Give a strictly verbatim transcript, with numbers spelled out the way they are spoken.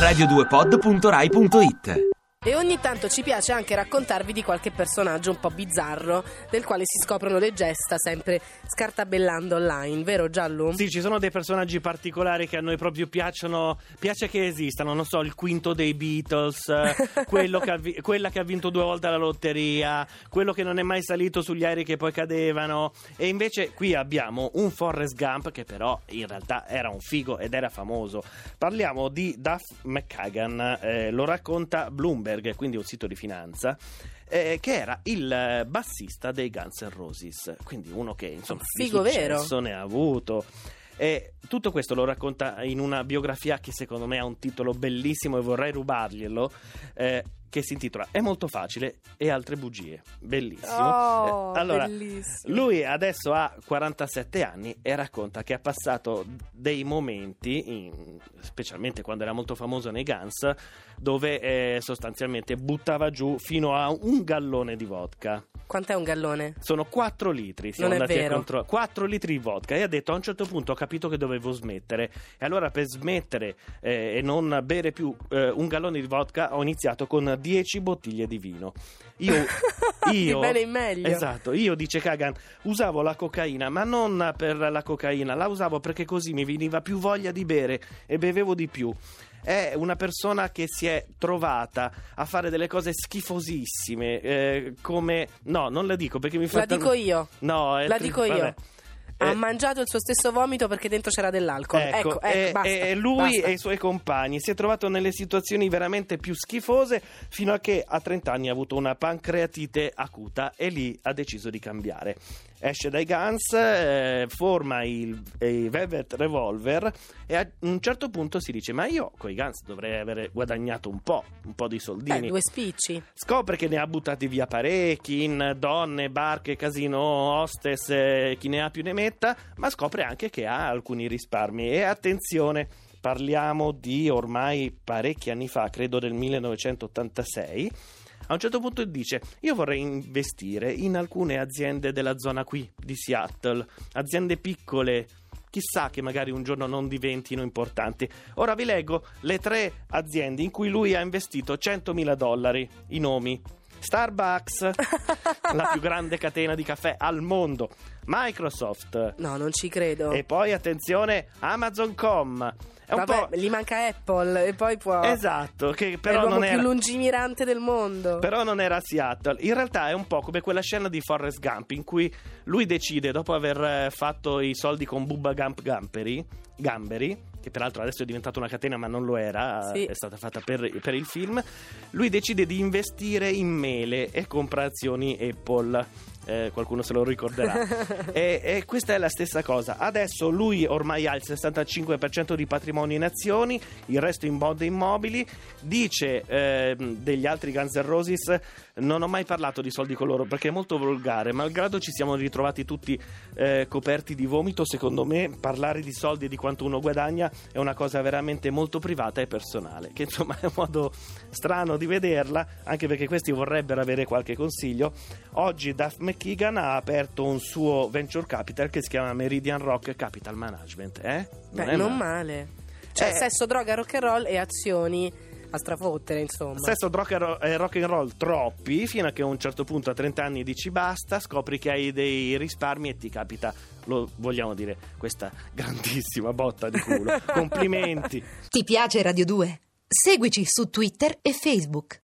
radio due pod punto rai punto it. E ogni tanto ci piace anche raccontarvi di qualche personaggio un po' bizzarro, del quale si scoprono le gesta sempre scartabellando online, vero Giallo? Sì, ci sono dei personaggi particolari che a noi proprio piacciono, piace che esistano, non so, il quinto dei Beatles, quello che ha, quella che ha vinto due volte la lotteria, quello che non è mai salito sugli aerei che poi cadevano. E invece qui abbiamo un Forrest Gump che però in realtà era un figo ed era famoso. Parliamo di Duff McKagan, eh, lo racconta Bloomberg, quindi un sito di finanza, eh, che era il bassista dei Guns N' Roses, quindi uno che insomma figo di successo vero. ne ha avuto. E tutto questo lo racconta in una biografia che secondo me ha un titolo bellissimo e vorrei rubarglielo, eh, che si intitola È molto facile e altre bugie. Bellissimo. Oh, eh, allora, bellissimo. lui adesso ha quarantasette anni e racconta che ha passato dei momenti, in, specialmente quando era molto famoso nei Guns, dove eh, sostanzialmente buttava giù fino a un gallone di vodka. Quant'è un gallone? Sono quattro litri. Siamo Non è andati vero. a controllare. quattro litri di vodka. E ha detto: a un certo punto ho capito che dovevo smettere. E allora, per smettere eh, e non bere più eh, un gallone di vodka, ho iniziato con dieci bottiglie di vino. Io, io Di bene in meglio. Esatto. Io, dice Kagan, usavo la cocaina, ma non per la cocaina, la usavo perché così mi veniva più voglia di bere e bevevo di più. È una persona che si è trovata a fare delle cose schifosissime, eh, come... No, non la dico perché mi fa... La dico io. No, è La tri- dico io. vabbè. Ha Eh, mangiato il suo stesso vomito perché dentro c'era dell'alcol. Ecco, Ecco, ecco, e, basta. e lui basta. e i suoi compagni si è trovato nelle situazioni veramente più schifose fino a che a trenta anni ha avuto una pancreatite acuta e lì ha deciso di cambiare. Esce dai Guns, eh, forma il, i Velvet Revolver e a un certo punto si dice: ma io coi Guns dovrei aver guadagnato un po', un po' di soldini. Eh, due spicci. Scopre che ne ha buttati via parecchi in donne, barche, casino, hostess, eh, chi ne ha più ne metta, ma scopre anche che ha alcuni risparmi. E attenzione, parliamo di ormai parecchi anni fa, credo del millenovecentottantasei. A un certo punto dice: io vorrei investire in alcune aziende della zona qui di Seattle, aziende piccole, chissà che magari un giorno non diventino importanti. Ora vi leggo le tre aziende in cui lui ha investito centomila dollari, i nomi: Starbucks, la più grande catena di caffè al mondo, Microsoft, No, non ci credo. e poi attenzione Amazon punto com. È un Vabbè, po'... gli manca Apple e poi può... Esatto, che è però l'uomo non più era... lungimirante del mondo. Però non era Seattle. In realtà è un po' come quella scena di Forrest Gump in cui lui decide, dopo aver fatto i soldi con Bubba Gump Gamberi, Gamberi, che peraltro adesso è diventata una catena ma non lo era, Sì. è stata fatta per, per il film, lui decide di investire in mele e compra azioni Apple. Eh, qualcuno se lo ricorderà. e, e questa è la stessa cosa. Adesso lui ormai ha il sessantacinque per cento di patrimonio in azioni, il resto in bond e immobili. Dice eh, degli altri Guns N' Roses: non ho mai parlato di soldi con loro perché è molto volgare, malgrado ci siamo ritrovati tutti eh, coperti di vomito. Secondo me parlare di soldi e di quanto uno guadagna è una cosa veramente molto privata e personale, che insomma è un modo strano di vederla, anche perché questi vorrebbero avere qualche consiglio. Oggi Duff McKagan ha aperto un suo venture capital che si chiama Meridian Rock Capital Management. eh? Beh, è non male. male. Cioè, Eh. sesso, droga, rock and roll e azioni a strafottere, insomma. Sesso, rock and roll, eh, rock and roll troppi, fino a che a un certo punto a trenta anni dici basta, scopri che hai dei risparmi e ti capita, lo vogliamo dire, questa grandissima botta di culo. Complimenti. Ti piace Radio due? Seguici su Twitter e Facebook.